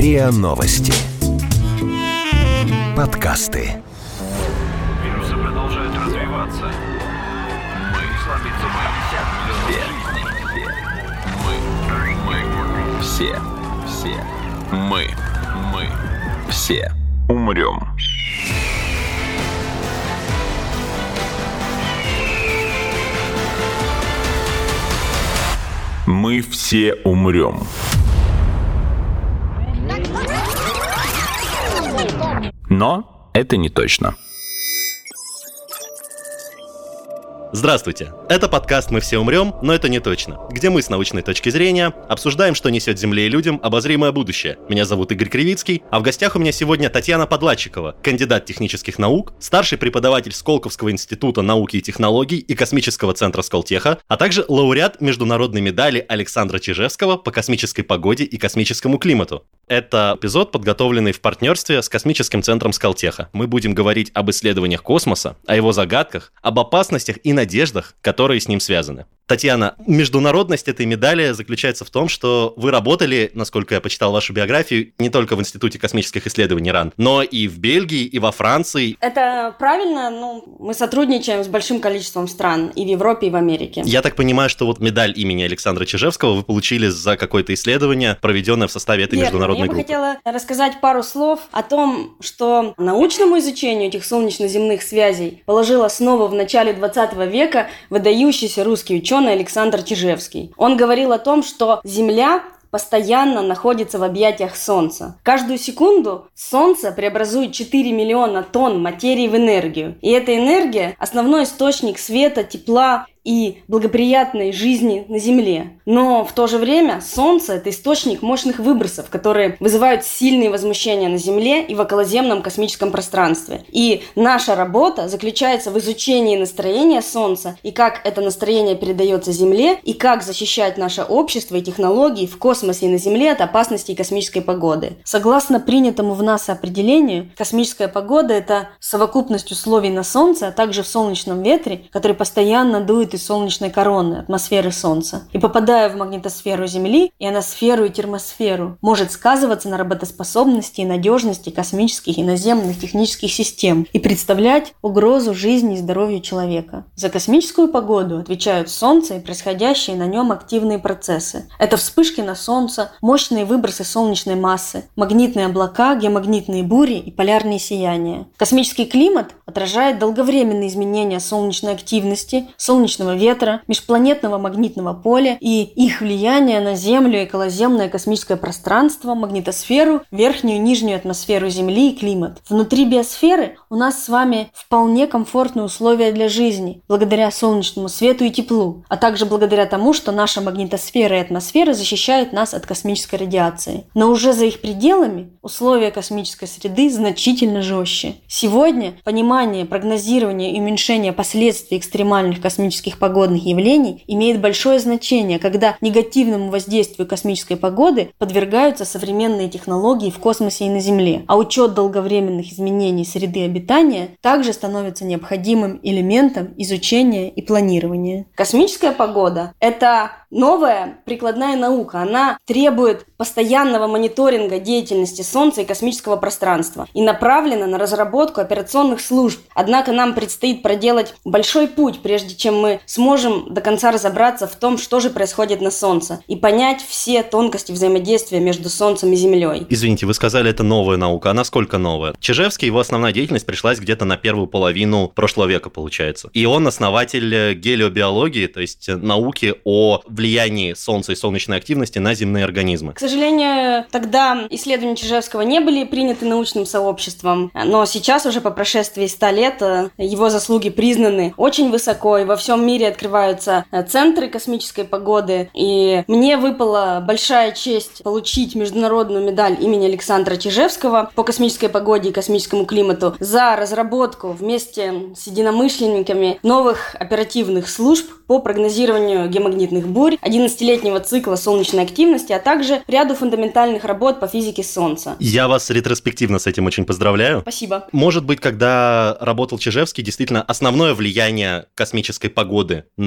РИА Новости. Подкасты. Вирусы продолжают развиваться. Мы все умрем. Мы все умрем. Но это не точно. Здравствуйте! Это подкаст «Мы все умрем, но это не точно», где мы с научной точки зрения обсуждаем, что несет Земле и людям обозримое будущее. Меня зовут Игорь Кривицкий, а в гостях у меня сегодня Татьяна Подладчикова, кандидат технических наук, старший преподаватель Сколковского института науки и технологий и космического центра Сколтеха, а также лауреат международной медали Александра Чижевского по космической погоде и космическому климату. Это эпизод, подготовленный в партнерстве с космическим центром Сколтеха. Мы будем говорить об исследованиях космоса, о его загадках, об опасностях и надеждах, которые с ним связаны. Татьяна, международность этой медали заключается в том, что вы работали, насколько я почитал вашу биографию, не только в Институте космических исследований РАН, но и в Бельгии, и во Франции. Это правильно, мы сотрудничаем с большим количеством стран и в Европе, и в Америке. Я так понимаю, что вот медаль имени Александра Чижевского вы получили за какое-то исследование, проведенное в составе этой международной группы. Я бы хотела рассказать пару слов о том, что научному изучению этих солнечно-земных связей положил основу в начале 20 века выдающийся русский ученый Александр Чижевский. Он говорил о том, что Земля постоянно находится в объятиях Солнца. Каждую секунду Солнце преобразует 4 миллиона тонн материи в энергию. И эта энергия – основной источник света, тепла и благоприятной жизни на Земле. Но в то же время Солнце – это источник мощных выбросов, которые вызывают сильные возмущения на Земле и в околоземном космическом пространстве. И наша работа заключается в изучении настроения Солнца и как это настроение передается Земле, и как защищать наше общество и технологии в космосе и на Земле от опасностей космической погоды. Согласно принятому в НАСА определению, космическая погода – это совокупность условий на Солнце, а также в солнечном ветре, который постоянно дует из солнечной короны, атмосферы Солнца. И попадая в магнитосферу Земли, ионосферу и термосферу, может сказываться на работоспособности и надежности космических и наземных технических систем и представлять угрозу жизни и здоровью человека. За космическую погоду отвечают Солнце и происходящие на нем активные процессы. Это вспышки на Солнце, мощные выбросы солнечной массы, магнитные облака, геомагнитные бури и полярные сияния. Космический климат отражает долговременные изменения солнечной активности, солнечного ветра, межпланетного магнитного поля и их влияние на Землю, околоземное космическое пространство, магнитосферу, верхнюю и нижнюю атмосферу Земли и климат. Внутри биосферы у нас с вами вполне комфортные условия для жизни, благодаря солнечному свету и теплу, а также благодаря тому, что наша магнитосфера и атмосфера защищают нас от космической радиации. Но уже за их пределами условия космической среды значительно жестче. Сегодня понимание, прогнозирование и уменьшение последствий экстремальных космических погодных явлений имеет большое значение, когда негативному воздействию космической погоды подвергаются современные технологии в космосе и на Земле. А учет долговременных изменений среды обитания также становится необходимым элементом изучения и планирования. Космическая погода – это новая прикладная наука. Она требует постоянного мониторинга деятельности Солнца и космического пространства и направлена на разработку операционных служб. Однако нам предстоит проделать большой путь, прежде чем мы сможем до конца разобраться в том, что же происходит на Солнце, и понять все тонкости взаимодействия между Солнцем и Землей. Извините, вы сказали, это новая наука. А насколько новая? Чижевский, его основная деятельность пришлась где-то на первую половину прошлого века, получается. И он основатель гелиобиологии, то есть науки о влиянии Солнца и солнечной активности на земные организмы. К сожалению, тогда исследования Чижевского не были приняты научным сообществом, но сейчас уже по прошествии 100 лет его заслуги признаны очень высоко, и во всем мире открываются центры космической погоды, и мне выпала большая честь получить международную медаль имени Александра Чижевского по космической погоде и космическому климату за разработку вместе с единомышленниками новых оперативных служб по прогнозированию геомагнитных бурь, 11-летнего цикла солнечной активности, а также ряду фундаментальных работ по физике Солнца. Я вас ретроспективно с этим очень поздравляю. Спасибо. Может быть, когда работал Чижевский, действительно основное влияние космической погоды на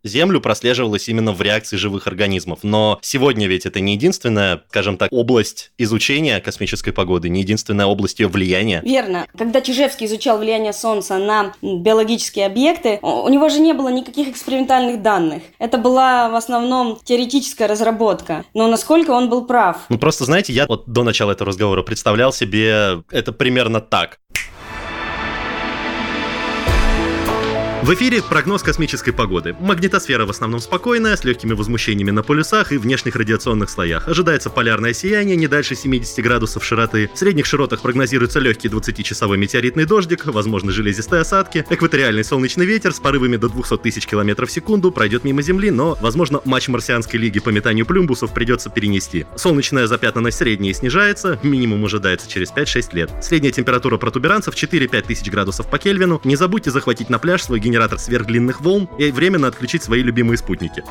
Землю прослеживалось именно в реакции живых организмов. Но сегодня ведь это не единственная, скажем так, область изучения космической погоды, не единственная область ее влияния. Верно. Когда Чижевский изучал влияние Солнца на биологические объекты, у него же не было никаких экспериментальных данных. Это была в основном теоретическая разработка. Но насколько он был прав? Ну просто, знаете, я вот до начала этого разговора представлял себе это примерно так. В эфире прогноз космической погоды. Магнитосфера в основном спокойная, с легкими возмущениями на полюсах и внешних радиационных слоях. Ожидается полярное сияние не дальше 70 градусов широты. В средних широтах прогнозируется легкий 20-часовой метеоритный дождик, возможны железистые осадки. Экваториальный солнечный ветер с порывами до 200 тысяч км в секунду пройдет мимо Земли, но, возможно, матч марсианской лиги по метанию плюмбусов придется перенести. Солнечная запятнанность средняя снижается, минимум ожидается через 5-6 лет. Средняя температура протуберанцев 4-5 тысяч градусов по Кельвину. Не забудьте захватить на пляж свой генератор сверхдлинных волн и временно отключить свои любимые спутники.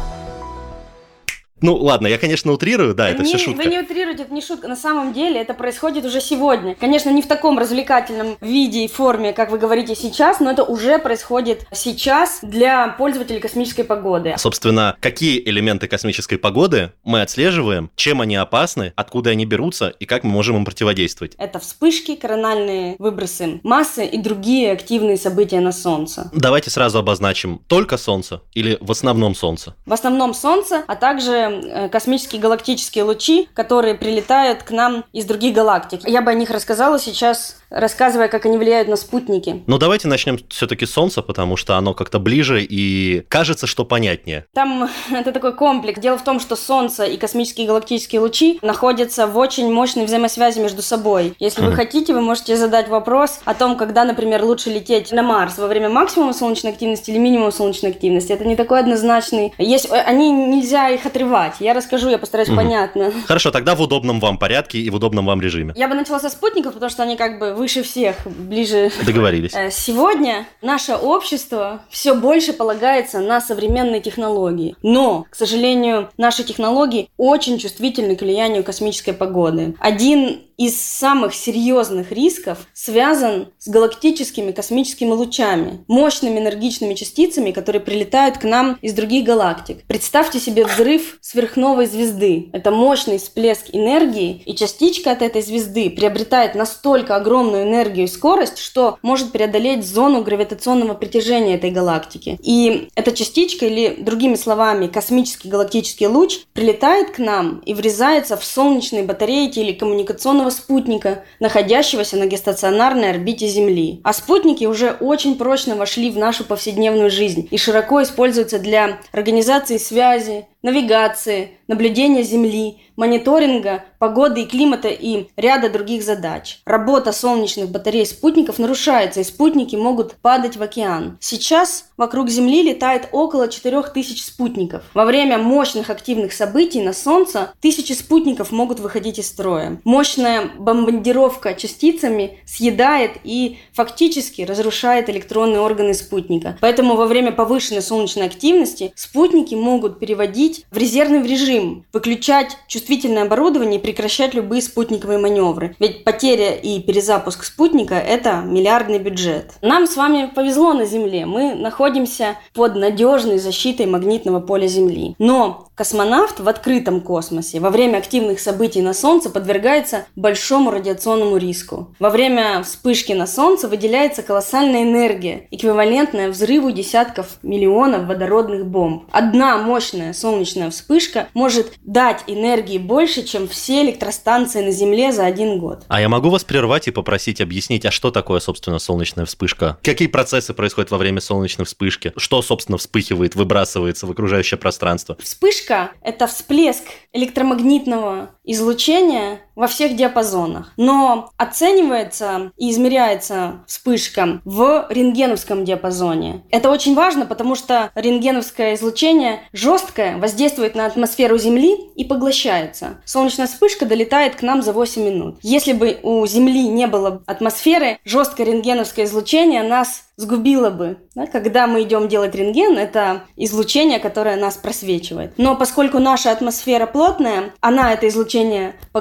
Ну, ладно, я, конечно, утрирую, да, это все шутка. Вы не утрируете, это не шутка. На самом деле это происходит уже сегодня. Конечно, не в таком развлекательном виде и форме, как вы говорите сейчас, но это уже происходит сейчас для пользователей космической погоды. Собственно, какие элементы космической погоды мы отслеживаем, чем они опасны, откуда они берутся и как мы можем им противодействовать? Это вспышки, корональные выбросы массы и другие активные события на Солнце. Давайте сразу обозначим, только Солнце или в основном Солнце? В основном Солнце, а также космические галактические лучи, которые прилетают к нам из других галактик. Я бы о них рассказала сейчас, рассказывая, как они влияют на спутники. Ну, давайте начнем все-таки с Солнца, потому что оно как-то ближе и кажется, что понятнее. Там это такой комплекс. Дело в том, что Солнце и космические галактические лучи находятся в очень мощной взаимосвязи между собой. Если вы хотите, вы можете задать вопрос о том, когда, например, лучше лететь на Марс, во время максимума солнечной активности или минимума солнечной активности. Это не такой однозначный. Они нельзя их отрывать. Я расскажу, я постараюсь понятно. Хорошо, тогда в удобном вам порядке и в удобном вам режиме. Я бы начала со спутников, потому что они как бы выше всех, ближе. Договорились. Сегодня наше общество все больше полагается на современные технологии. Но, к сожалению, наши технологии очень чувствительны к влиянию космической погоды. Один из самых серьезных рисков связан с галактическими космическими лучами, мощными энергичными частицами, которые прилетают к нам из других галактик. Представьте себе взрыв сверхновой звезды. Это мощный всплеск энергии, и частичка от этой звезды приобретает настолько огромную энергию и скорость, что может преодолеть зону гравитационного притяжения этой галактики. И эта частичка, или другими словами, космический галактический луч, прилетает к нам и врезается в солнечные батареи телекоммуникационного спутника, находящегося на геостационарной орбите Земли. А спутники уже очень прочно вошли в нашу повседневную жизнь и широко используются для организации связи, навигации, наблюдения Земли, мониторинга, погоды и климата и ряда других задач. Работа солнечных батарей спутников нарушается, и спутники могут падать в океан. Сейчас вокруг Земли летает около 4000 спутников. Во время мощных активных событий на Солнце тысячи спутников могут выходить из строя. Мощная бомбардировка частицами съедает и фактически разрушает электронные органы спутника. Поэтому во время повышенной солнечной активности спутники могут переводить в резервный режим, выключать чувствительное оборудование и прекращать любые спутниковые маневры. Ведь потеря и перезапуск спутника – это миллиардный бюджет. Нам с вами повезло на Земле. Мы находимся под надежной защитой магнитного поля Земли. Но космонавт в открытом космосе во время активных событий на Солнце подвергается большому радиационному риску. Во время вспышки на Солнце выделяется колоссальная энергия, эквивалентная взрыву десятков миллионов водородных бомб. Одна мощная солнечная вспышка может дать энергии больше, чем все электростанции на Земле за 1 год. А я могу вас прервать и попросить объяснить, а что такое, собственно, солнечная вспышка? Какие процессы происходят во время солнечной вспышки? Что, собственно, вспыхивает, выбрасывается в окружающее пространство? Вспышка – это всплеск электромагнитного излучения во всех диапазонах. Но оценивается и измеряется вспышка в рентгеновском диапазоне. Это очень важно, потому что рентгеновское излучение жесткое, воздействует на атмосферу Земли и поглощается. Солнечная вспышка долетает к нам за 8 минут. Если бы у Земли не было атмосферы, жесткое рентгеновское излучение нас сгубило бы. Да? Когда мы идем делать рентген, это излучение, которое нас просвечивает. Но поскольку наша атмосфера плотная, она это излучение поглощает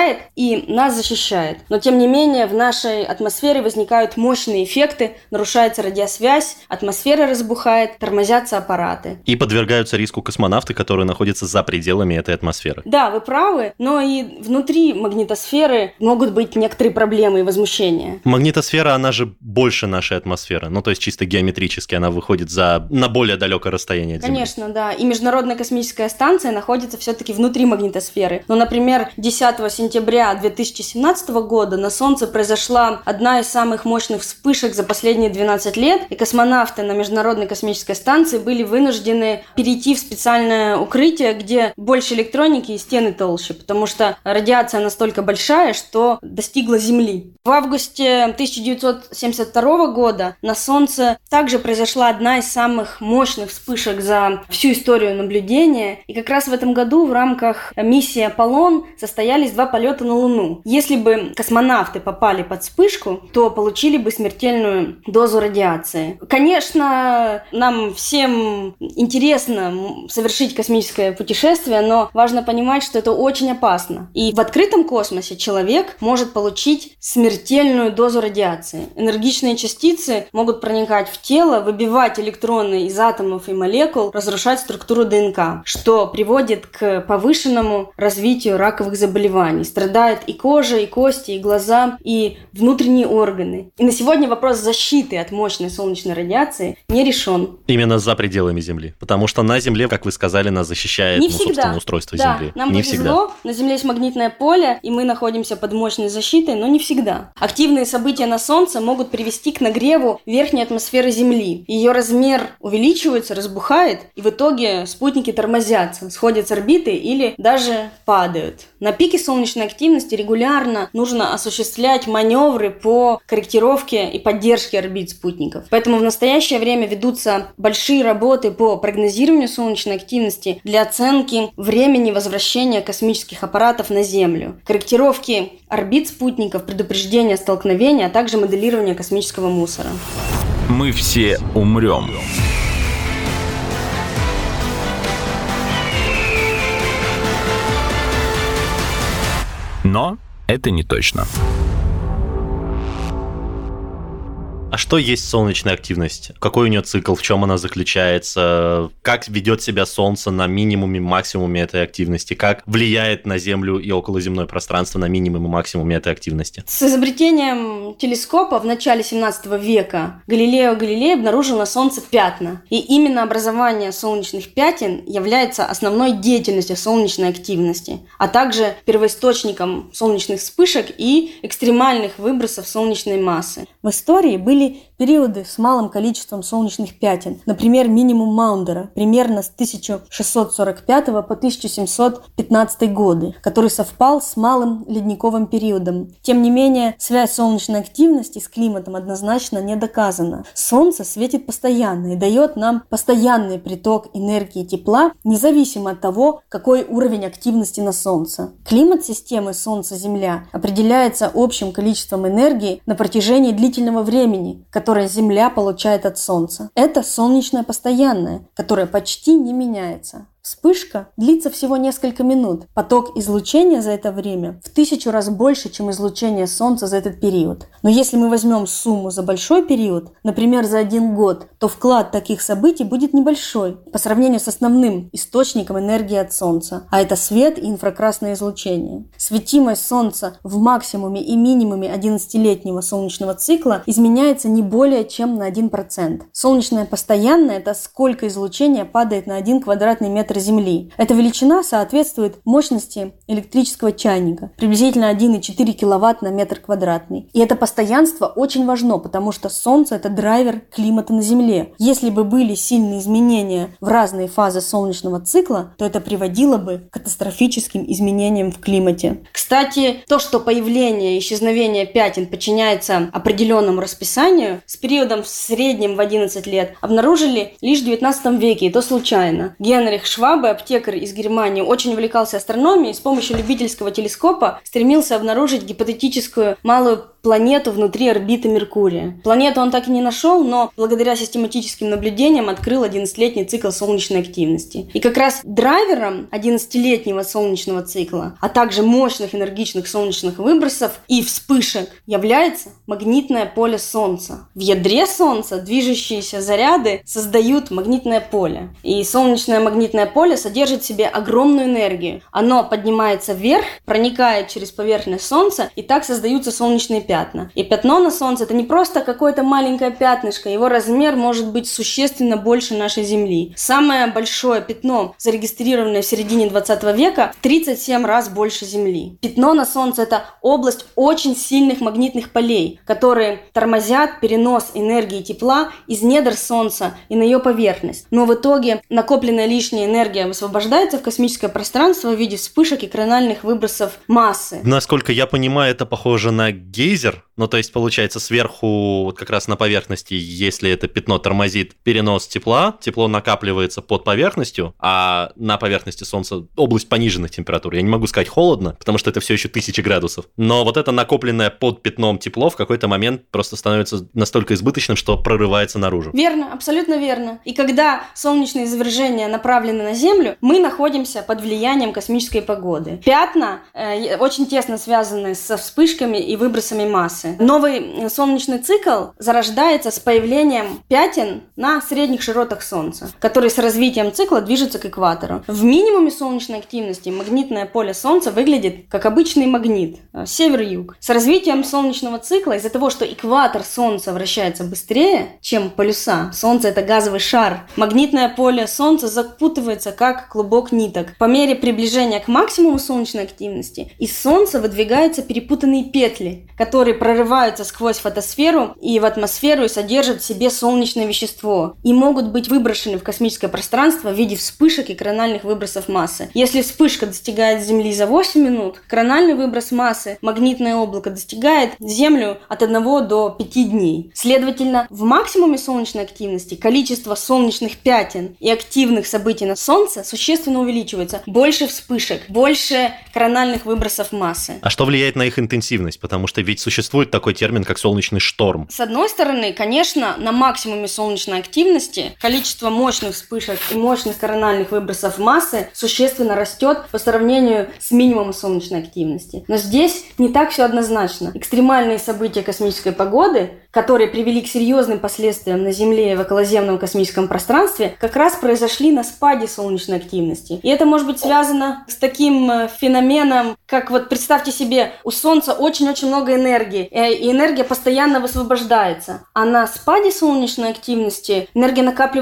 разрушает и нас защищает. Но тем не менее в нашей атмосфере возникают мощные эффекты, нарушается радиосвязь, атмосфера разбухает, тормозятся аппараты. И подвергаются риску космонавты, которые находятся за пределами этой атмосферы. Да, вы правы, но и внутри магнитосферы могут быть некоторые проблемы и возмущения. Магнитосфера, она же больше нашей атмосферы, то есть чисто геометрически она выходит на более далекое расстояние от Земли. Конечно, да, и Международная космическая станция находится все-таки внутри магнитосферы. Но, например, 10 сентября 2017 года на Солнце произошла одна из самых мощных вспышек за последние 12 лет, и космонавты на Международной космической станции были вынуждены перейти в специальное укрытие, где больше электроники и стены толще, потому что радиация настолько большая, что достигла Земли. В августе 1972 года на Солнце также произошла одна из самых мощных вспышек за всю историю наблюдения, и как раз в этом году в рамках миссии «Аполлон» состоялись 2 полета на Луну. Если бы космонавты попали под вспышку, то получили бы смертельную дозу радиации. Конечно, нам всем интересно совершить космическое путешествие, но важно понимать, что это очень опасно. И в открытом космосе человек может получить смертельную дозу радиации. Энергичные частицы могут проникать в тело, выбивать электроны из атомов и молекул, разрушать структуру ДНК, что приводит к повышенному развитию раковых заболеваний. Страдает и кожа, и кости, и глаза, и внутренние органы. И на сегодня вопрос защиты от мощной солнечной радиации не решен. Именно за пределами Земли. Потому что на Земле, как вы сказали, нас защищает собственно, устройство Земли. Нам не повезло, всегда. На Земле есть магнитное поле, и мы находимся под мощной защитой, но не всегда. Активные события на Солнце могут привести к нагреву верхней атмосферы Земли. Ее размер увеличивается, разбухает, и в итоге спутники тормозятся, сходят с орбиты или даже падают. На пике солнечной активности регулярно нужно осуществлять маневры по корректировке и поддержке орбит спутников. Поэтому в настоящее время ведутся большие работы по прогнозированию солнечной активности для оценки времени возвращения космических аппаратов на Землю, корректировки орбит спутников, предупреждения столкновения, а также моделирования космического мусора. Мы все умрем. Но это не точно. А что есть солнечная активность? Какой у нее цикл? В чем она заключается? Как ведет себя Солнце на минимуме, максимуме этой активности? Как влияет на Землю и околоземное пространство на минимуме и максимуме этой активности? С изобретением телескопа в начале 17 века Галилео Галилей обнаружил на Солнце пятна. И именно образование солнечных пятен является основной деятельностью солнечной активности, а также первоисточником солнечных вспышек и экстремальных выбросов солнечной массы. В истории были периоды с малым количеством солнечных пятен, например, минимум Маундера, примерно с 1645 по 1715 годы, который совпал с малым ледниковым периодом. Тем не менее, связь солнечной активности с климатом однозначно не доказана. Солнце светит постоянно и дает нам постоянный приток энергии и тепла, независимо от того, какой уровень активности на Солнце. Климат системы Солнце-Земля определяется общим количеством энергии на протяжении длительного времени, которое Земля получает от Солнца. Это солнечное постоянное, которое почти не меняется. Вспышка длится всего несколько минут. Поток излучения за это время в 1000 раз больше, чем излучение Солнца за этот период. Но если мы возьмем сумму за большой период, например, за 1 год, то вклад таких событий будет небольшой по сравнению с основным источником энергии от Солнца, а это свет и инфракрасное излучение. Светимость Солнца в максимуме и минимуме 11-летнего солнечного цикла изменяется не более чем на 1%. Солнечное постоянное – это сколько излучения падает на 1 квадратный метр Земли. Эта величина соответствует мощности электрического чайника, приблизительно 1,4 кВт на метр квадратный. И это постоянство очень важно, потому что Солнце – это драйвер климата на Земле. Если бы были сильные изменения в разные фазы солнечного цикла, то это приводило бы к катастрофическим изменениям в климате. Кстати, то, что появление и исчезновение пятен подчиняется определенному расписанию, с периодом в среднем в 11 лет, обнаружили лишь в 19 веке, и то случайно. Генрих Шварц Швабе, аптекарь из Германии, очень увлекался астрономией и с помощью любительского телескопа стремился обнаружить гипотетическую малую планету внутри орбиты Меркурия. Планету он так и не нашел, но благодаря систематическим наблюдениям открыл 11-летний цикл солнечной активности. И как раз драйвером 11-летнего солнечного цикла, а также мощных энергичных солнечных выбросов и вспышек является магнитное поле Солнца. В ядре Солнца движущиеся заряды создают магнитное поле. И солнечное магнитное поле содержит в себе огромную энергию. Оно поднимается вверх, проникает через поверхность Солнца, и так создаются солнечные пятна. И пятно на Солнце – это не просто какое-то маленькое пятнышко, его размер может быть существенно больше нашей Земли. Самое большое пятно, зарегистрированное в середине 20 века, в 37 раз больше Земли. Пятно на Солнце – это область очень сильных магнитных полей, которые тормозят перенос энергии тепла из недр Солнца и на ее поверхность. Но в итоге накопленная лишняя энергия высвобождается в космическое пространство в виде вспышек и корональных выбросов массы. Насколько я понимаю, это похоже на гейзер. Ну, то есть, получается, сверху, вот как раз на поверхности, если это пятно тормозит перенос тепла, тепло накапливается под поверхностью, а на поверхности Солнца область пониженных температур. Я не могу сказать холодно, потому что это все еще 1000 градусов. Но вот это накопленное под пятном тепло в какой-то момент просто становится настолько избыточным, что прорывается наружу. Верно, абсолютно верно. И когда солнечные извержения направлены на Землю, мы находимся под влиянием космической погоды. Пятна очень тесно связаны со вспышками и выбросами массы. Новый солнечный цикл зарождается с появлением пятен на средних широтах Солнца, которые с развитием цикла движутся к экватору. В минимуме солнечной активности магнитное поле Солнца выглядит как обычный магнит, север-юг. С развитием солнечного цикла, из-за того, что экватор Солнца вращается быстрее, чем полюса, Солнце – это газовый шар, магнитное поле Солнца запутывается как клубок ниток. По мере приближения к максимуму солнечной активности из Солнца выдвигаются перепутанные петли, которые прорываются сквозь фотосферу и в атмосферу и содержат в себе солнечное вещество и могут быть выброшены в космическое пространство в виде вспышек и корональных выбросов массы. Если вспышка достигает Земли за 8 минут, корональный выброс массы, магнитное облако, достигает Землю от 1 до 5 дней. Следовательно, в максимуме солнечной активности количество солнечных пятен и активных событий на Солнце существенно увеличивается. Больше вспышек, больше корональных выбросов массы. А что влияет на их интенсивность? Потому что ведь существует такой термин, как солнечный шторм. С одной стороны, конечно, на максимуме солнечной активности количество мощных вспышек и мощных корональных выбросов массы существенно растет по сравнению с минимумом солнечной активности. Но здесь не так все однозначно. Экстремальные события космической погоды, которые привели к серьезным последствиям на Земле и в околоземном космическом пространстве, как раз произошли на спаде солнечной активности. И это может быть связано с таким феноменом, как вот представьте себе, у Солнца очень-очень много энергии, и энергия постоянно высвобождается. А на спаде солнечной активности энергия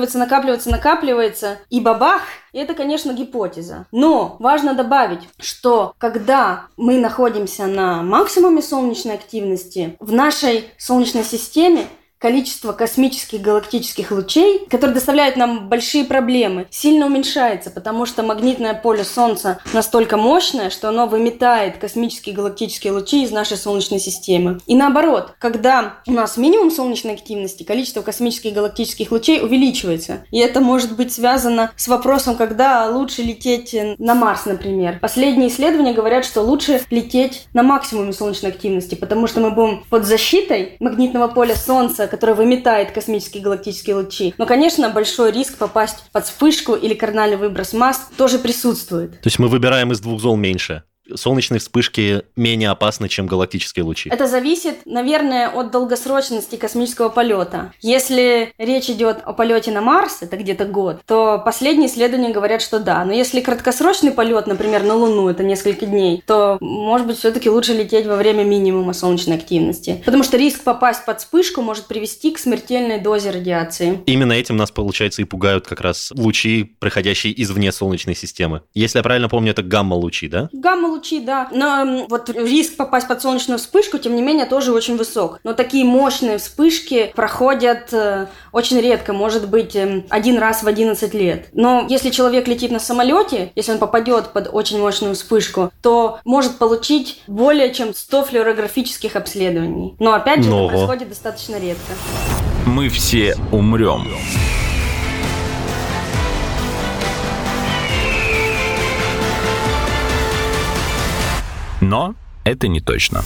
накапливается, и бабах! И это, конечно, гипотеза. Но важно добавить, что когда мы находимся на максимуме солнечной активности, в нашей Солнечной системе количество космических галактических лучей, которые доставляют нам большие проблемы, сильно уменьшается, потому что магнитное поле Солнца настолько мощное, что оно выметает космические галактические лучи из нашей Солнечной системы. И наоборот, когда у нас минимум солнечной активности, количество космических галактических лучей увеличивается. И это может быть связано с вопросом, когда лучше лететь на Марс, например. Последние исследования говорят, что лучше лететь на максимуме солнечной активности, потому что мы будем под защитой магнитного поля Солнца, которое выметает космические галактические лучи. Но, конечно, большой риск попасть под вспышку или корональный выброс масс тоже присутствует. То есть мы выбираем из двух зол меньше. Солнечные вспышки менее опасны, чем галактические лучи. Это зависит, наверное, от долгосрочности космического полета. Если речь идет о полете на Марс, это где-то год, то последние исследования говорят, что да. Но если краткосрочный полет, например, на Луну, это несколько дней, то, может быть, все-таки лучше лететь во время минимума солнечной активности. Потому что риск попасть под вспышку может привести к смертельной дозе радиации. Именно этим нас, получается, и пугают как раз лучи, проходящие извне Солнечной системы. Если я правильно помню, это гамма-лучи, да? Гамма-лучи, да. Но вот риск попасть под солнечную вспышку, тем не менее, тоже очень высок. Но такие мощные вспышки проходят очень редко, может быть, 1 раз в 11 лет. Но если человек летит на самолете, если он попадет под очень мощную вспышку, то может получить более чем 100 флюорографических обследований. Но опять же, это происходит достаточно редко. Мы все умрем. Но это не точно.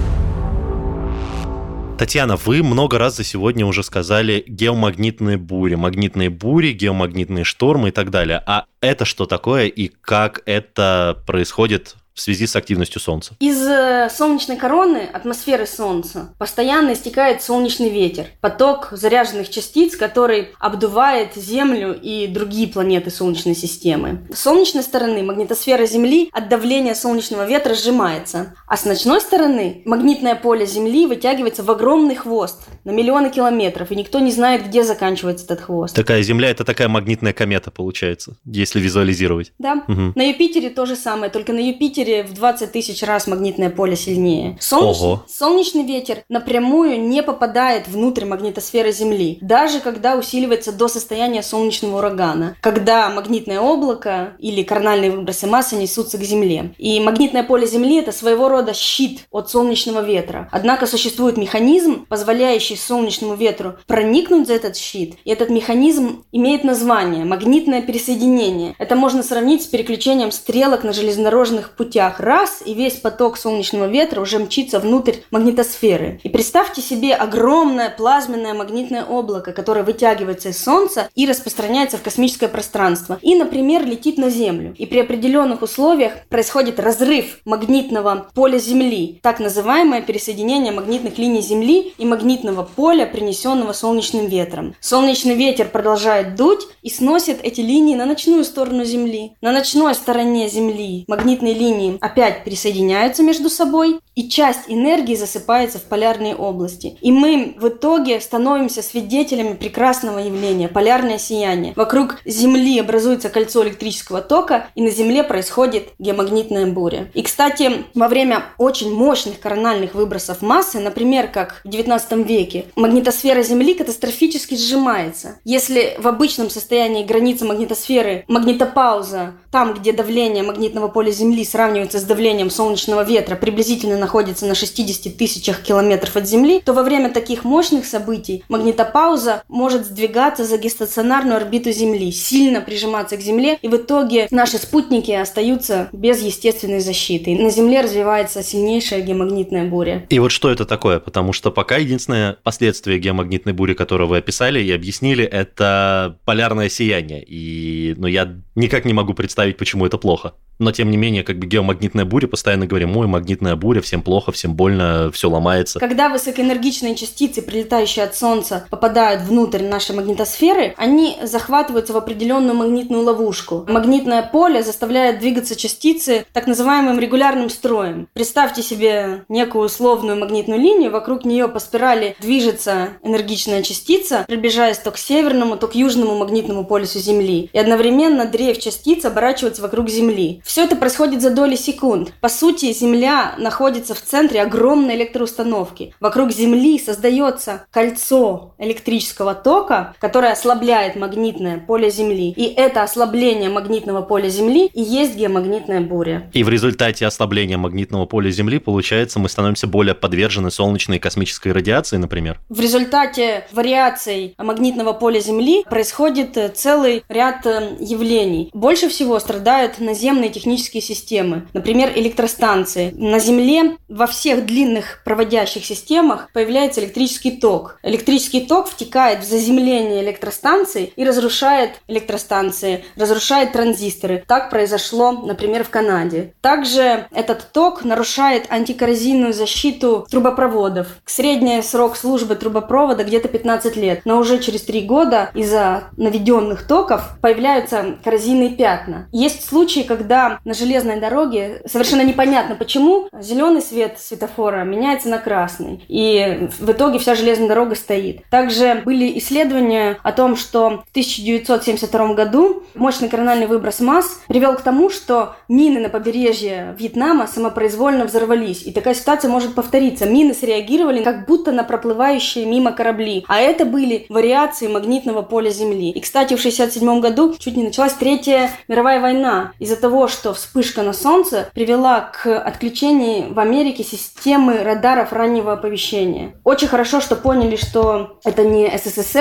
Татьяна, вы много раз за сегодня уже сказали геомагнитные бури, геомагнитные штормы и так далее. А это что такое и как это происходит в связи с активностью Солнца? Из солнечной короны, атмосферы Солнца, постоянно истекает солнечный ветер, поток заряженных частиц, который обдувает Землю и другие планеты Солнечной системы. С солнечной стороны магнитосфера Земли от давления солнечного ветра сжимается, а с ночной стороны магнитное поле Земли вытягивается в огромный хвост на миллионы километров, и никто не знает, где заканчивается этот хвост. Такая Земля – это такая магнитная комета, получается, если визуализировать. Да. Угу. На Юпитере то же самое, только на Юпитере в 20 тысяч раз магнитное поле сильнее. Солнечный ветер напрямую не попадает внутрь магнитосферы Земли, даже когда усиливается до состояния солнечного урагана, когда магнитное облако или корональные выбросы массы несутся к Земле. И магнитное поле Земли – это своего рода щит от солнечного ветра. Однако существует механизм, позволяющий солнечному ветру проникнуть за этот щит, и этот механизм имеет название – магнитное пересоединение. Это можно сравнить с переключением стрелок на железнодорожных путях. Раз, и весь поток солнечного ветра уже мчится внутрь магнитосферы. И представьте себе огромное плазменное магнитное облако, которое вытягивается из Солнца и распространяется в космическое пространство. И, например, летит на Землю. И при определенных условиях происходит разрыв магнитного поля Земли, так называемое пересоединение магнитных линий Земли и магнитного поля, принесенного солнечным ветром. Солнечный ветер продолжает дуть и сносит эти линии на ночную сторону Земли. На ночной стороне Земли магнитные линии опять присоединяются между собой, и часть энергии засыпается в полярные области. И мы в итоге становимся свидетелями прекрасного явления – полярное сияние. Вокруг Земли образуется кольцо электрического тока, и на Земле происходит геомагнитная буря. И, кстати, во время очень мощных корональных выбросов массы, например, как в XIX веке, магнитосфера Земли катастрофически сжимается. Если в обычном состоянии граница магнитосферы, магнитопауза, там, где давление магнитного поля Земли сравнивается с давлением солнечного ветра, приблизительно находится на 60 тысячах километров от Земли, то во время таких мощных событий магнитопауза может сдвигаться за геостационарную орбиту Земли, сильно прижиматься к Земле, и в итоге наши спутники остаются без естественной защиты. На Земле развивается сильнейшая геомагнитная буря. И вот что это такое? Потому что пока единственное последствие геомагнитной бури, которую вы описали и объяснили, это полярное сияние. И я никак не могу представить, почему это плохо. Но, тем не менее, геомагнитная буря, постоянно говорим, магнитная буря, всем плохо, всем больно, все ломается. Когда высокоэнергичные частицы, прилетающие от Солнца, попадают внутрь нашей магнитосферы, они захватываются в определенную магнитную ловушку. Магнитное поле заставляет двигаться частицы так называемым регулярным строем. Представьте себе некую условную магнитную линию, вокруг нее по спирали движется энергичная частица, приближаясь то к северному, то к южному магнитному полюсу Земли. И одновременно дрейф частиц оборачивается вокруг Земли. Все это происходит за доли секунд. По сути, Земля находится в центре огромной электроустановки. Вокруг Земли создается кольцо электрического тока, которое ослабляет магнитное поле Земли. И это ослабление магнитного поля Земли и есть геомагнитная буря. И в результате ослабления магнитного поля Земли, получается, мы становимся более подвержены солнечной и космической радиации, например? В результате вариаций магнитного поля Земли происходит целый ряд явлений. Больше всего страдают наземные технические системы, например, электростанции. На Земле во всех длинных проводящих системах появляется электрический ток. Электрический ток втекает в заземление электростанций и разрушает электростанции, разрушает транзисторы. Так произошло, например, в Канаде. Также этот ток нарушает антикоррозийную защиту трубопроводов. Средний срок службы трубопровода где-то 15 лет, но уже через 3 года из-за наведенных токов появляются коррозийные пятна. Есть случаи, когда на железной дороге совершенно непонятно почему зеленый свет светофора меняется на красный, и в итоге вся железная дорога стоит. Также были исследования о том, что в 1972 году мощный корональный выброс масс привел к тому, что мины на побережье Вьетнама самопроизвольно взорвались, и такая ситуация может повториться. Мины среагировали как будто на проплывающие мимо корабли, а это были вариации магнитного поля Земли. И, кстати, в 1967 году чуть не началась Третья мировая война из-за того, что вспышка на Солнце привела к отключению в Америке системы радаров раннего оповещения. Очень хорошо, что поняли, что это не СССР,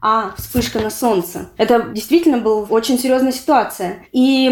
а вспышка на Солнце. Это действительно была очень серьезная ситуация. И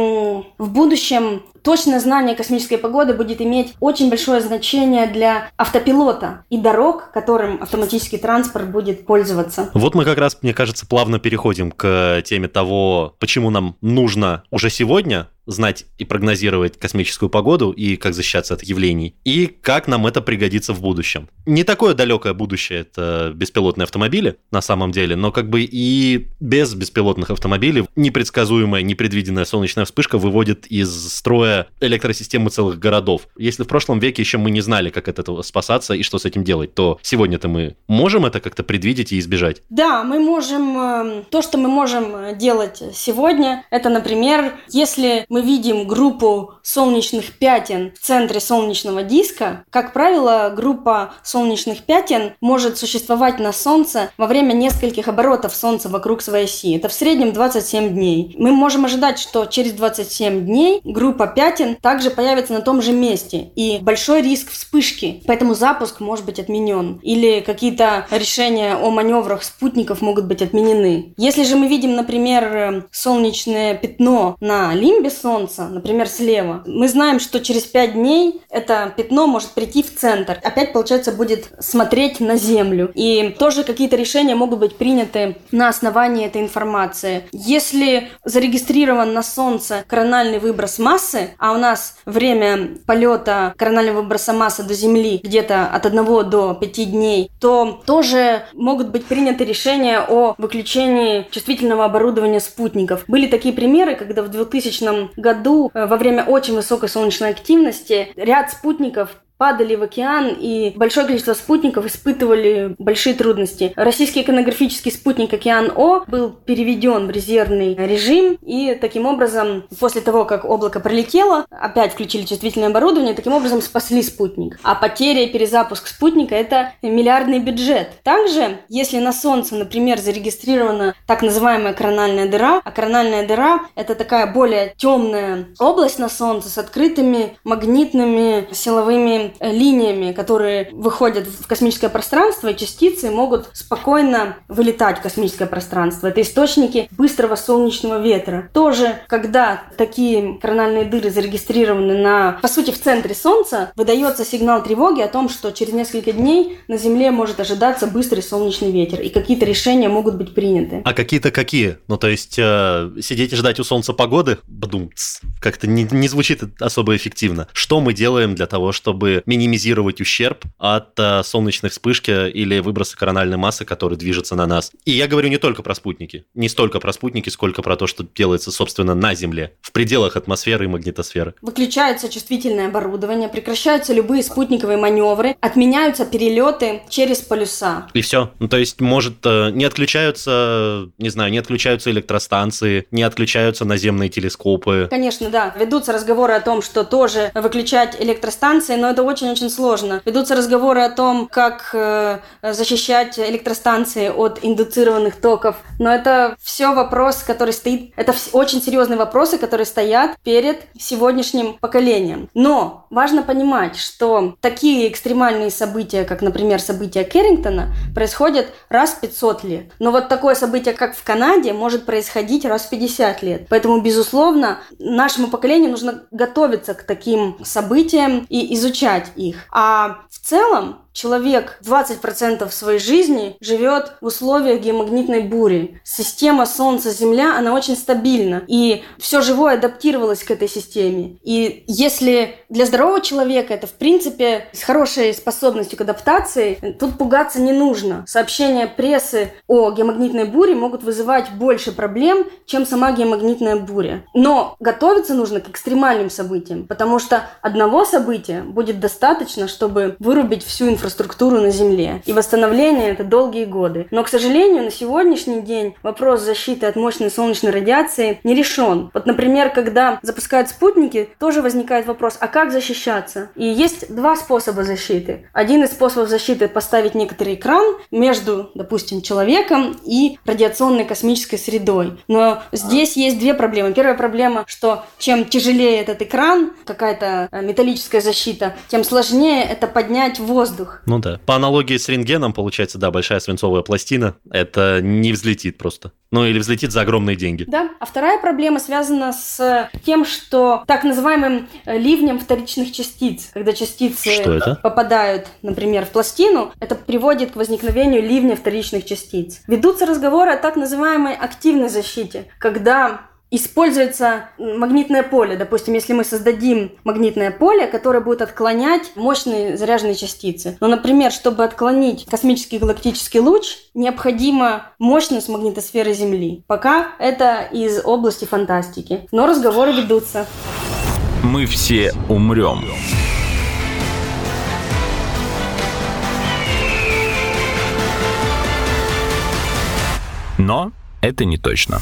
в будущем точное знание космической погоды будет иметь очень большое значение для автопилота и дорог, которым автоматический транспорт будет пользоваться. Вот мы как раз, мне кажется, плавно переходим к теме того, почему нам нужно уже сегодня знать и прогнозировать космическую погоду и как защищаться от явлений, и как нам это пригодится в будущем. Не такое далекое будущее это беспилотные автомобили на самом деле, но как бы и без беспилотных автомобилей непредсказуемая, непредвиденная солнечная вспышка выводит из строя электросистемы целых городов. Если в прошлом веке еще мы не знали, как от этого спасаться и что с этим делать, то сегодня-то мы можем это как-то предвидеть и избежать? Да, мы можем... То, что мы можем делать сегодня, это, например, если мы видим группу солнечных пятен в центре солнечного диска. Как правило, группа солнечных пятен может существовать на Солнце во время нескольких оборотов Солнца вокруг своей оси. Это в среднем 27 дней. Мы можем ожидать, что через 27 дней группа пятен также появится на том же месте. И большой риск вспышки. Поэтому запуск может быть отменен. Или какие-то решения о маневрах спутников могут быть отменены. Если же мы видим, например, солнечное пятно на лимбе Солнца, например, слева, мы знаем, что через 5 дней это пятно может прийти в центр. Опять, получается, будет смотреть на Землю. И тоже какие-то решения могут быть приняты на основании этой информации. Если зарегистрирован на Солнце корональный выброс массы, а у нас время полета коронального выброса массы до Земли где-то от 1 до 5 дней, то тоже могут быть приняты решения о выключении чувствительного оборудования спутников. Были такие примеры, когда в 2000 году во время очень высокой солнечной активности ряд спутников падали в океан, и большое количество спутников испытывали большие трудности. Российский иконографический спутник «Океан-О» был переведен в резервный режим, и таким образом, после того, как облако пролетело, опять включили чувствительное оборудование, таким образом спасли спутник. А потеря и перезапуск спутника – это миллиардный бюджет. Также, если на Солнце, например, зарегистрирована так называемая корональная дыра, а корональная дыра – это такая более темная область на Солнце с открытыми магнитными силовыми линиями, которые выходят в космическое пространство, и частицы могут спокойно вылетать в космическое пространство. Это источники быстрого солнечного ветра. Тоже, когда такие корональные дыры зарегистрированы по сути, в центре Солнца, выдается сигнал тревоги о том, что через несколько дней на Земле может ожидаться быстрый солнечный ветер, и какие-то решения могут быть приняты. А какие-то какие? Ну, то есть, сидеть и ждать у Солнца погоды? Как-то не звучит особо эффективно. Что мы делаем для того, чтобы минимизировать ущерб от солнечной вспышки или выброса корональной массы, который движется на нас? И я говорю не только про спутники. Не столько про спутники, сколько про то, что делается, собственно, на Земле, в пределах атмосферы и магнитосферы. Выключается чувствительное оборудование, прекращаются любые спутниковые маневры, отменяются перелеты через полюса. И все. Ну, то есть, может, не отключаются электростанции, не отключаются наземные телескопы. Конечно, да. Ведутся разговоры о том, что тоже выключать электростанции, но это очень-очень сложно. Ведутся разговоры о том, как защищать электростанции от индуцированных токов. Но это все вопрос, который стоит... Это очень серьезные вопросы, которые стоят перед сегодняшним поколением. Но важно понимать, что такие экстремальные события, как, например, события Кэррингтона, происходят раз в 500 лет. Но вот такое событие, как в Канаде, может происходить раз в 50 лет. Поэтому, безусловно, нашему поколению нужно готовиться к таким событиям и изучать их. А в целом человек 20% своей жизни живет в условиях геомагнитной бури. Система Солнце-Земля, она очень стабильна. И все живое адаптировалось к этой системе. И если для здорового человека это, в принципе, с хорошей способностью к адаптации, тут пугаться не нужно. Сообщения прессы о геомагнитной буре могут вызывать больше проблем, чем сама геомагнитная буря. Но готовиться нужно к экстремальным событиям, потому что одного события будет достаточно, чтобы вырубить всю инфраструктуру на Земле. И восстановление – это долгие годы. Но, к сожалению, на сегодняшний день вопрос защиты от мощной солнечной радиации не решен. Вот, например, когда запускают спутники, тоже возникает вопрос, а как защищаться? И есть два способа защиты. Один из способов защиты – поставить некоторый экран между, допустим, человеком и радиационной космической средой. Но здесь есть две проблемы. Первая проблема, что чем тяжелее этот экран, какая-то металлическая защита, тем сложнее это поднять в воздух. воздух. Ну да. По аналогии с рентгеном, получается, да, большая свинцовая пластина, это не взлетит просто. Ну или взлетит за огромные деньги. Да. А вторая проблема связана с тем, что так называемым ливнем вторичных частиц. Когда частицы попадают, например, в пластину, это приводит к возникновению ливня вторичных частиц. Ведутся разговоры о так называемой активной защите, когда используется магнитное поле. Допустим, если мы создадим магнитное поле, которое будет отклонять мощные заряженные частицы. Но, например, чтобы отклонить космический галактический луч, необходима мощность магнитосферы Земли. Пока это из области фантастики. Но разговоры ведутся. Мы все умрем. Но это не точно.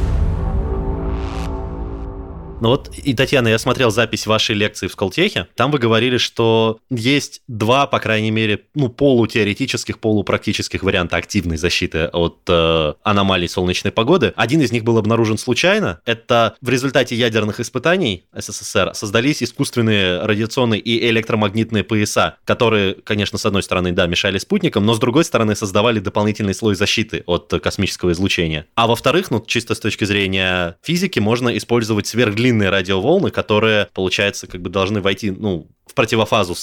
Ну вот, и, Татьяна, я смотрел запись вашей лекции в Сколтехе. Там вы говорили, что есть два, по крайней мере, полутеоретических, полупрактических варианта активной защиты от аномалий солнечной погоды. Один из них был обнаружен случайно. Это в результате ядерных испытаний СССР создались искусственные радиационные и электромагнитные пояса, которые, конечно, с одной стороны, да, мешали спутникам, но с другой стороны создавали дополнительный слой защиты от космического излучения. А во-вторых, чисто с точки зрения физики, можно использовать сверхдлинные радиоволны, которые, получается, должны войти, в противофазу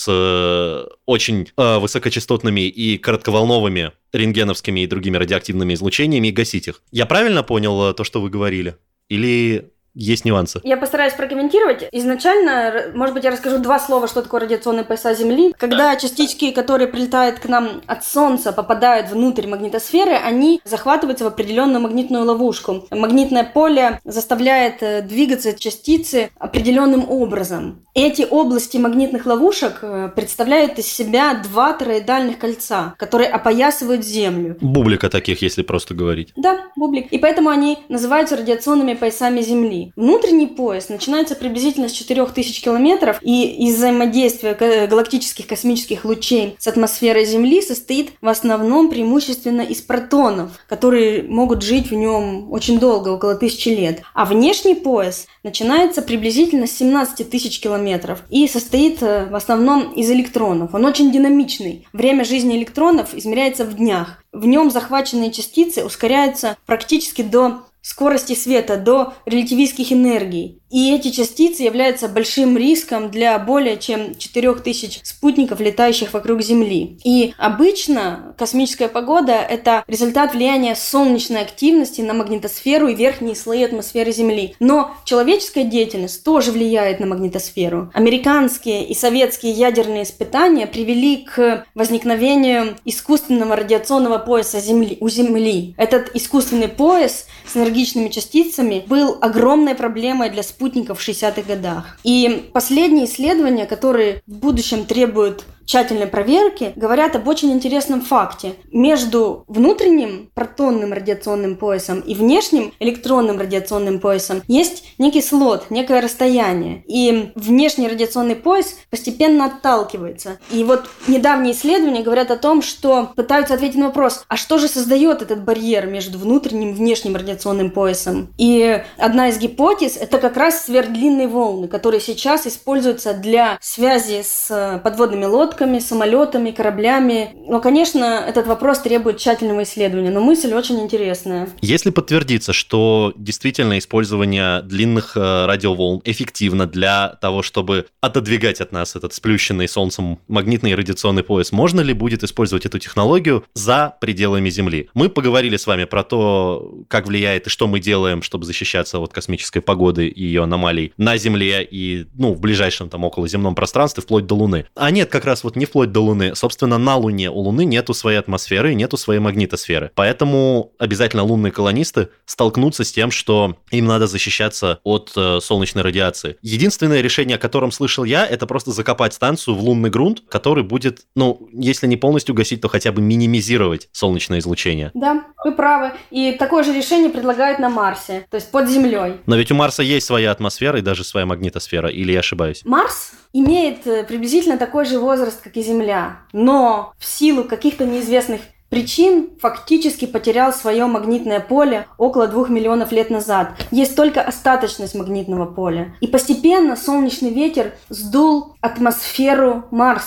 с очень высокочастотными и коротковолновыми рентгеновскими и другими радиоактивными излучениями и гасить их. Я правильно понял то, что вы говорили? Или есть нюансы? Я постараюсь прокомментировать. Изначально, может быть, я расскажу два слова, что такое радиационные пояса Земли. Когда частички, которые прилетают к нам от Солнца, попадают внутрь магнитосферы, они захватываются в определенную магнитную ловушку. Магнитное поле заставляет двигаться частицы определенным образом. Эти области магнитных ловушек представляют из себя два тороидальных кольца, которые опоясывают Землю. Бублика таких, если просто говорить. Да, бублик. И поэтому они называются радиационными поясами Земли. Внутренний пояс начинается приблизительно с 4000 километров, и из взаимодействия галактических космических лучей с атмосферой Земли состоит в основном преимущественно из протонов, которые могут жить в нем очень долго, около 1000 лет. А внешний пояс начинается приблизительно с 17 тысяч километров и состоит в основном из электронов. Он очень динамичный. Время жизни электронов измеряется в днях. В нем захваченные частицы ускоряются практически до скорости света, до релятивистских энергий. И эти частицы являются большим риском для более чем 4000 спутников, летающих вокруг Земли. И обычно космическая погода – это результат влияния солнечной активности на магнитосферу и верхние слои атмосферы Земли. Но человеческая деятельность тоже влияет на магнитосферу. Американские и советские ядерные испытания привели к возникновению искусственного радиационного пояса у Земли. Этот искусственный пояс с энергичными частицами был огромной проблемой для спутников в 60-х годах. И последние исследования, которые в будущем требуют тщательной проверки, говорят об очень интересном факте. Между внутренним протонным радиационным поясом и внешним электронным радиационным поясом есть некий слот, некое расстояние. И внешний радиационный пояс постепенно отталкивается. И вот недавние исследования говорят о том, что пытаются ответить на вопрос, а что же создает этот барьер между внутренним и внешним радиационным поясом? И одна из гипотез – это как раз сверхдлинные волны, которые сейчас используются для связи с подводными лодками, самолетами, кораблями. Но, конечно, этот вопрос требует тщательного исследования, но мысль очень интересная. Если подтвердится, что действительно использование длинных радиоволн эффективно для того, чтобы отодвигать от нас этот сплющенный солнцем магнитный радиационный пояс, можно ли будет использовать эту технологию за пределами Земли? Мы поговорили с вами про то, как влияет и что мы делаем, чтобы защищаться от космической погоды и ее аномалий на Земле и, в ближайшем околоземном пространстве, вплоть до Луны. А нет, как раз не вплоть до Луны. Собственно, на Луне у Луны нету своей атмосферы, нету своей магнитосферы. Поэтому обязательно лунные колонисты столкнутся с тем, что им надо защищаться от солнечной радиации. Единственное решение, о котором слышал я, это просто закопать станцию в лунный грунт, который будет, если не полностью гасить, то хотя бы минимизировать солнечное излучение. Да, вы правы. И такое же решение предлагают на Марсе, то есть под Землей. Но ведь у Марса есть своя атмосфера и даже своя магнитосфера, или я ошибаюсь? Марс имеет приблизительно такой же возраст, как и Земля, но в силу каких-то неизвестных причин фактически потерял свое магнитное поле около 2 миллионов лет назад. Есть только остаточность магнитного поля. И постепенно солнечный ветер сдул атмосферу Марса,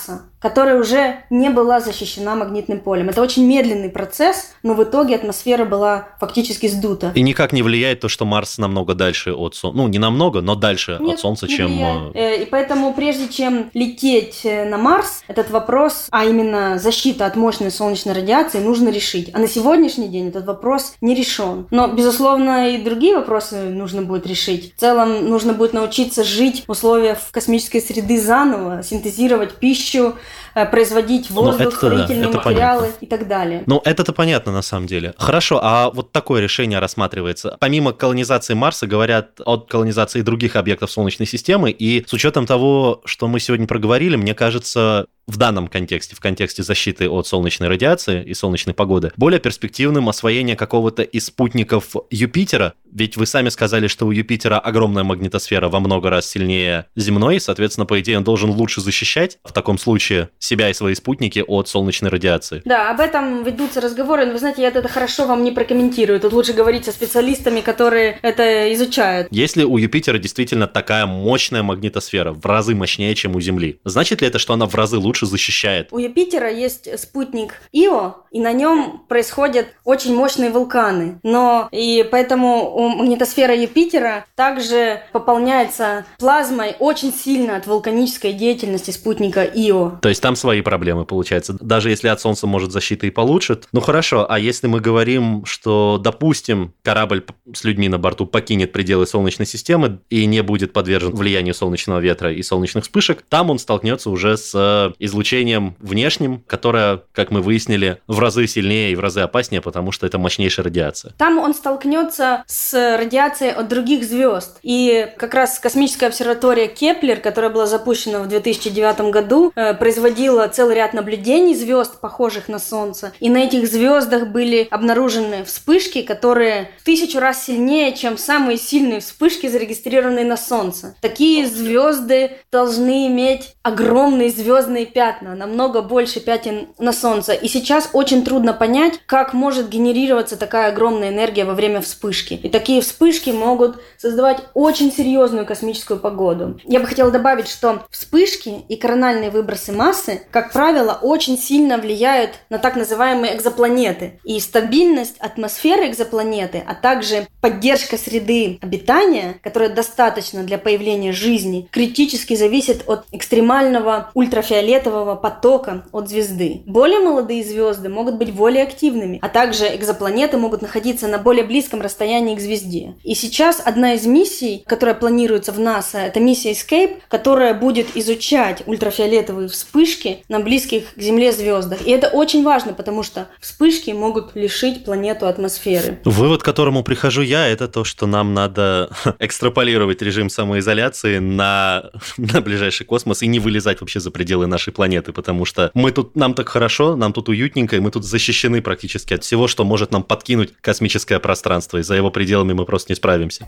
которая уже не была защищена магнитным полем. Это очень медленный процесс, но в итоге атмосфера была фактически сдута. И никак не влияет то, что Марс намного дальше от Солнца. Ну, не намного, но дальше от Солнца, чем... И поэтому прежде чем лететь на Марс, этот вопрос, а именно защита от мощной солнечной радиации, нужно решить. А на сегодняшний день этот вопрос не решен. Но, безусловно, и другие вопросы нужно будет решить. В целом, нужно будет научиться жить в условиях космической среды заново, синтезировать пищу, производить воздух, строительные материалы понятно. И так далее. Ну, это-то понятно на самом деле. Хорошо, а вот такое решение рассматривается. Помимо колонизации Марса, говорят о колонизации других объектов Солнечной системы, и с учетом того, что мы сегодня проговорили, мне кажется, в данном контексте, в контексте защиты от солнечной радиации и солнечной погоды, более перспективным освоение какого-то из спутников Юпитера. Ведь вы сами сказали, что у Юпитера огромная магнитосфера во много раз сильнее земной, соответственно, по идее, он должен лучше защищать в таком случае себя и свои спутники от солнечной радиации. Да, об этом ведутся разговоры, но вы знаете, я это хорошо вам не прокомментирую. Тут лучше говорить со специалистами, которые это изучают. Если у Юпитера действительно такая мощная магнитосфера, в разы мощнее, чем у Земли, значит ли это, что она в разы лучше защищает? У Юпитера есть спутник Ио, и на нем происходят очень мощные вулканы. Но и поэтому магнитосфера Юпитера также пополняется плазмой очень сильно от вулканической деятельности спутника Ио. То есть там свои проблемы, получается. Даже если от Солнца, может, защита и получит. Ну хорошо, а если мы говорим, что, допустим, корабль с людьми на борту покинет пределы Солнечной системы и не будет подвержен влиянию солнечного ветра и солнечных вспышек, там он столкнется уже с излучением внешним, которое, как мы выяснили, в разы сильнее и в разы опаснее, потому что это мощнейшая радиация. Там он столкнется с радиацией от других звезд. И как раз космическая обсерватория Кеплер, которая была запущена в 2009 году, производила целый ряд наблюдений звезд, похожих на Солнце. И на этих звездах были обнаружены вспышки, которые в 1000 раз сильнее, чем самые сильные вспышки, зарегистрированные на Солнце. Такие звезды должны иметь огромные звездные пятна, намного больше пятен на Солнце. И сейчас очень трудно понять, как может генерироваться такая огромная энергия во время вспышки. И такие вспышки могут создавать очень серьезную космическую погоду. Я бы хотела добавить, что вспышки и корональные выбросы массы, как правило, очень сильно влияют на так называемые экзопланеты. И стабильность атмосферы экзопланеты, а также поддержка среды обитания, которая достаточна для появления жизни, критически зависит от экстремального ультрафиолетового потока от звезды. Более молодые звезды могут быть более активными, а также экзопланеты могут находиться на более близком расстоянии к звезде. И сейчас одна из миссий, которая планируется в НАСА, это миссия ESCAPE, которая будет изучать ультрафиолетовые вспышки на близких к Земле звездах. И это очень важно, потому что вспышки могут лишить планету атмосферы. Вывод, к которому прихожу я, это то, что нам надо экстраполировать режим самоизоляции на ближайший космос и не вылезать вообще за пределы нашей планеты, потому что нам так хорошо, нам тут уютненько, и мы тут защищены практически от всего, что может нам подкинуть космическое пространство, и за его пределами мы просто не справимся.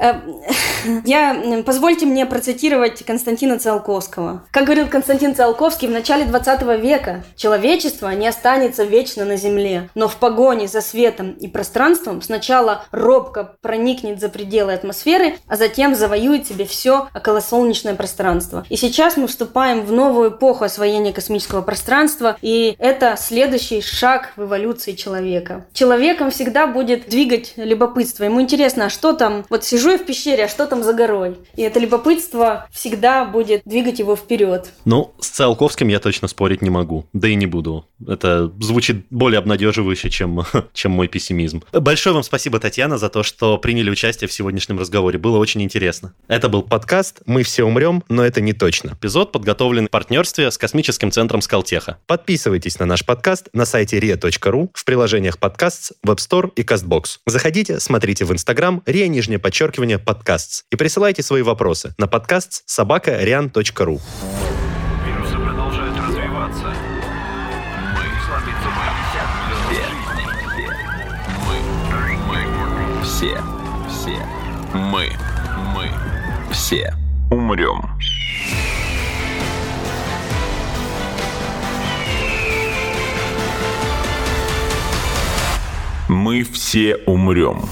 Позвольте мне процитировать Константина Циолковского. Как говорил Константин Циолковский, в начале 20 века человечество не останется вечно на Земле, но в погоне за светом и пространством сначала робко проникнет за пределы атмосферы, а затем завоюет себе все околосолнечное пространство. И сейчас мы вступаем в новую эпоху освоения космического пространства, и это следующий шаг в эволюции человека. Человеком всегда будет двигать любопытство. Ему интересно, а что там? Вот сижу я в пещере, а что там за горой? И это любопытство всегда будет двигать его вперед. Ну, с Циолковским я точно спорить не могу, да и не буду. Это звучит более обнадеживающе, чем мой пессимизм. Большое вам спасибо, Татьяна, за то, что приняли участие в сегодняшнем разговоре. Было очень интересно. Это был подкаст «Мы все умрем, но это не точно». Эпизод подготовлен в партнерстве с космическим центром Скалтеха. Подписывайтесь на наш подкаст на сайте ria.ru, в приложениях Podcasts, Web Store и CastBox. Заходите, смотрите в Instagram ria_podcasts и присылайте свои вопросы на podcasts@rian.ru. Вирусы продолжают развиваться. Мы слабится мы все умрем. Мы все умрем.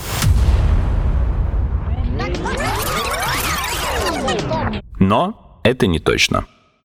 Но это не точно.